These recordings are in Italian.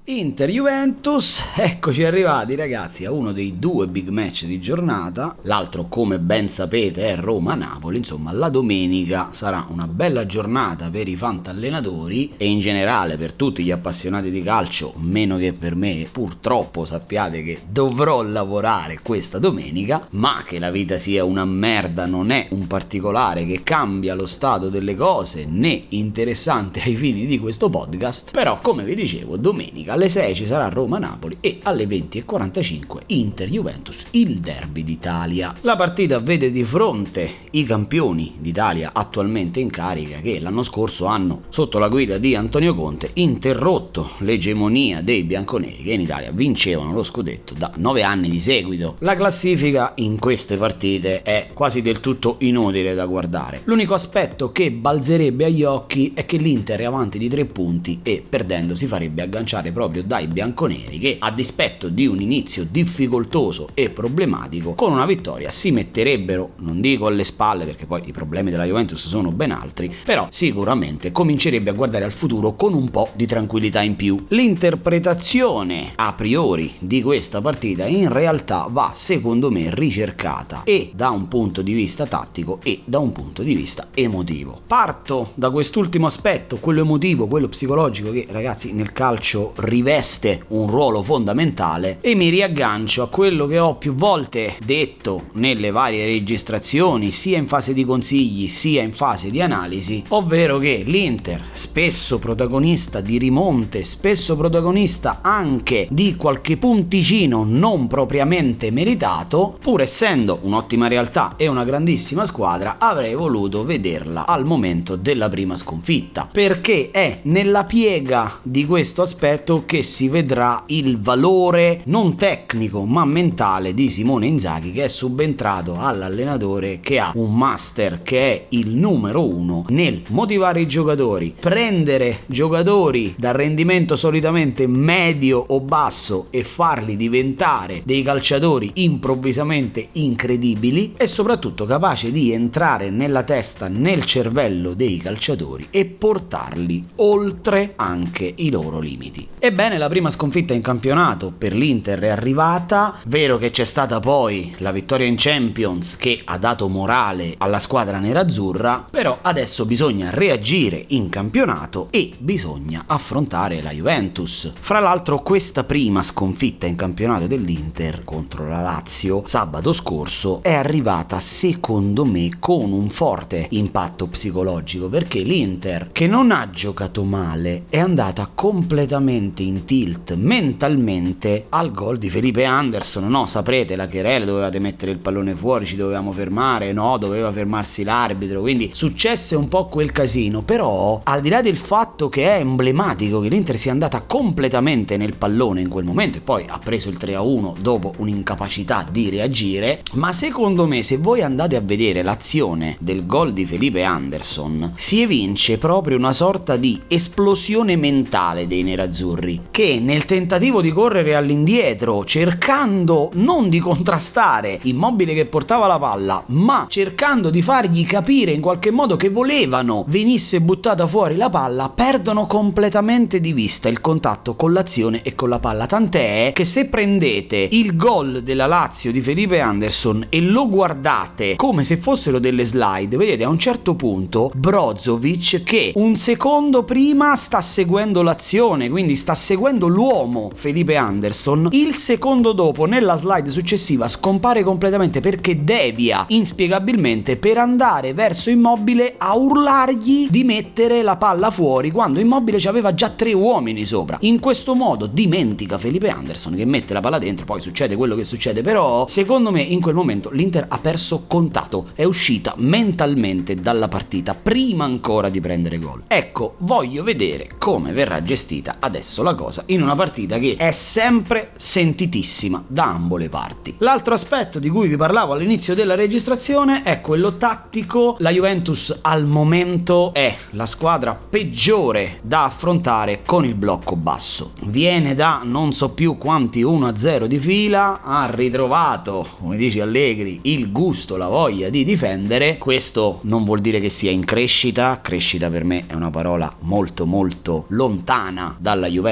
Inter-Juventus, eccoci arrivati ragazzi a uno dei due big match di giornata, l'altro come ben sapete è Roma-Napoli. Insomma, la domenica sarà una bella giornata per i fantallenatori e in generale per tutti gli appassionati di calcio, meno che per me. Purtroppo sappiate che dovrò lavorare questa domenica, ma che la vita sia una merda non è un particolare che cambia lo stato delle cose né interessante ai fini di questo podcast. Però come vi dicevo, domenica alle 6 ci sarà Roma-Napoli e alle 20:45 Inter-Juventus, il derby d'Italia. La partita vede di fronte i campioni d'Italia attualmente in carica, che l'anno scorso hanno, sotto la guida di Antonio Conte, interrotto l'egemonia dei bianconeri, che in Italia vincevano lo scudetto da 9 anni di seguito. La classifica in queste partite è quasi del tutto inutile da guardare. L'unico aspetto che balzerebbe agli occhi è che l'Inter è avanti di 3 punti e perdendo si farebbe agganciare proprio dai bianconeri, che a dispetto di un inizio difficoltoso e problematico, con una vittoria si metterebbero, non dico alle spalle perché poi i problemi della Juventus sono ben altri, però sicuramente comincerebbe a guardare al futuro con un po' di tranquillità in più. L'interpretazione a priori di questa partita in realtà va secondo me ricercata e da un punto di vista tattico e da un punto di vista emotivo. Parto da quest'ultimo aspetto, quello emotivo, quello psicologico, che ragazzi nel calcio riveste un ruolo fondamentale, e mi riaggancio a quello che ho più volte detto nelle varie registrazioni, sia in fase di consigli sia in fase di analisi, ovvero che l'Inter, spesso protagonista di rimonte, spesso protagonista anche di qualche punticino non propriamente meritato, pur essendo un'ottima realtà e una grandissima squadra, avrei voluto vederla al momento della prima sconfitta, perché è nella piega di questo aspetto che si vedrà il valore non tecnico ma mentale di Simone Inzaghi, che è subentrato all'allenatore che ha un master, che è il numero 1 nel motivare i giocatori, prendere giocatori dal rendimento solitamente medio o basso e farli diventare dei calciatori improvvisamente incredibili, e soprattutto capace di entrare nella testa, nel cervello dei calciatori e portarli oltre anche i loro limiti. Ebbene, la prima sconfitta in campionato per l'Inter è arrivata. Vero che c'è stata poi la vittoria in Champions che ha dato morale alla squadra nerazzurra, però adesso bisogna reagire in campionato e bisogna affrontare la Juventus. Fra l'altro questa prima sconfitta in campionato dell'Inter contro la Lazio sabato scorso è arrivata secondo me con un forte impatto psicologico, perché l'Inter, che non ha giocato male, è andata completamente in tilt mentalmente al gol di Felipe Anderson. No, saprete, la querela, dovevate mettere il pallone fuori, ci dovevamo fermare, no, doveva fermarsi l'arbitro, quindi successe un po' quel casino. Però al di là del fatto che è emblematico che l'Inter sia andata completamente nel pallone in quel momento e poi ha preso il 3-1 dopo un'incapacità di reagire, ma secondo me se voi andate a vedere l'azione del gol di Felipe Anderson si evince proprio una sorta di esplosione mentale dei nerazzurri, che nel tentativo di correre all'indietro, cercando non di contrastare Immobile che portava la palla, ma cercando di fargli capire in qualche modo che volevano venisse buttata fuori la palla, perdono completamente di vista il contatto con l'azione e con la palla. Tant'è che se prendete il gol della Lazio di Felipe Anderson e lo guardate come se fossero delle slide, vedete a un certo punto Brozovic che un secondo prima sta seguendo l'azione, quindi sta seguendo l'uomo Felipe Anderson, il secondo dopo nella slide successiva scompare completamente perché devia inspiegabilmente per andare verso Immobile a urlargli di mettere la palla fuori, quando Immobile ci aveva già 3 uomini sopra. In questo modo dimentica Felipe Anderson che mette la palla dentro, poi succede quello che succede, però secondo me in quel momento l'Inter ha perso contatto, è uscita mentalmente dalla partita prima ancora di prendere gol. Ecco, voglio vedere come verrà gestita adesso la cosa in una partita che è sempre sentitissima da ambo le parti. L'altro aspetto di cui vi parlavo all'inizio della registrazione è quello tattico. La Juventus al momento è la squadra peggiore da affrontare con il blocco basso, viene da non so più quanti 1-0 di fila, ha ritrovato, come dice Allegri, il gusto, la voglia di difendere. Questo non vuol dire che sia in crescita per me è una parola molto molto lontana dalla Juventus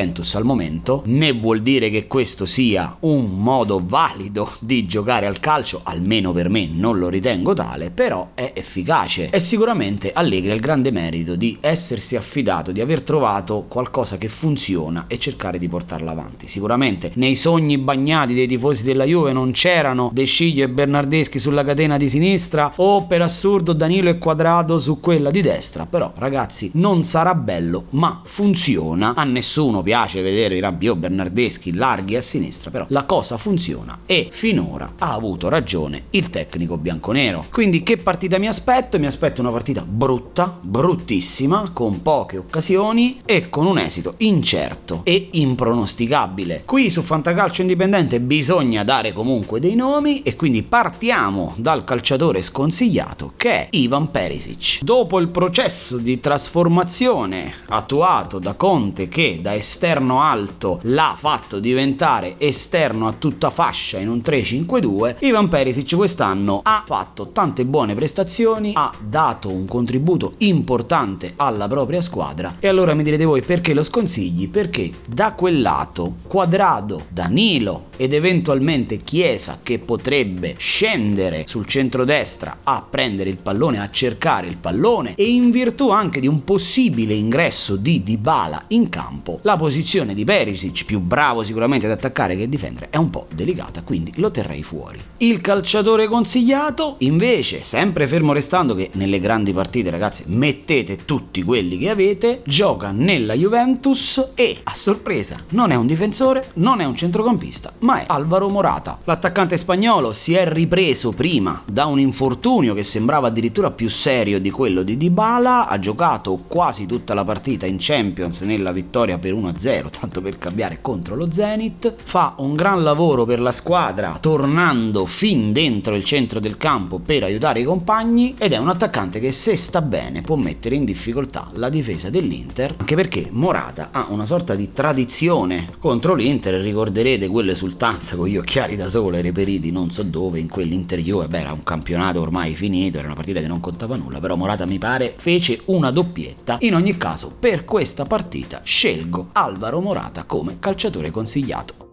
Juventus al momento, né vuol dire che questo sia un modo valido di giocare al calcio, almeno per me non lo ritengo tale, però è efficace. E sicuramente Allegri ha il grande merito di essersi affidato, di aver trovato qualcosa che funziona e cercare di portarla avanti. Sicuramente nei sogni bagnati dei tifosi della Juve non c'erano De Sciglio e Bernardeschi sulla catena di sinistra o per assurdo Danilo e Quadrado su quella di destra, però ragazzi non sarà bello ma funziona. A nessuno piace vedere i Rabiot, Bernardeschi larghi a sinistra, però la cosa funziona e finora ha avuto ragione il tecnico bianconero. Quindi che partita mi aspetto? Mi aspetto una partita brutta, bruttissima, con poche occasioni e con un esito incerto e impronosticabile. Qui su Fantacalcio Indipendente bisogna dare comunque dei nomi e quindi partiamo dal calciatore sconsigliato che è Ivan Perisic. Dopo il processo di trasformazione attuato da Conte, che da esterno alto l'ha fatto diventare esterno a tutta fascia in un 3-5-2, Ivan Perisic quest'anno ha fatto tante buone prestazioni, ha dato un contributo importante alla propria squadra. E allora mi direte voi perché lo sconsigli? Perché da quel lato Quadrado, Danilo ed eventualmente Chiesa, che potrebbe scendere sul centrodestra a prendere il pallone, a cercare il pallone, e in virtù anche di un possibile ingresso di Dybala in campo, la posizione di Perisic, più bravo sicuramente ad attaccare che difendere, è un po' delicata, quindi lo terrei fuori. Il calciatore consigliato invece, sempre fermo restando che nelle grandi partite ragazzi mettete tutti quelli che avete, gioca nella Juventus e a sorpresa non è un difensore, non è un centrocampista, ma è Alvaro Morata. L'attaccante spagnolo si è ripreso prima da un infortunio che sembrava addirittura più serio di quello di Dybala, ha giocato quasi tutta la partita in Champions nella vittoria per 1-0, tanto per cambiare, contro lo Zenit, fa un gran lavoro per la squadra tornando fin dentro il centro del campo per aiutare i compagni ed è un attaccante che se sta bene può mettere in difficoltà la difesa dell'Inter, anche perché Morata ha una sorta di tradizione contro l'Inter. Ricorderete quell'esultanza con gli occhiali da sole reperiti non so dove in quell'Inter Juve, era un campionato ormai finito, era una partita che non contava nulla, però Morata mi pare fece una doppietta. In ogni caso per questa partita scelgo Alvaro Morata come calciatore consigliato.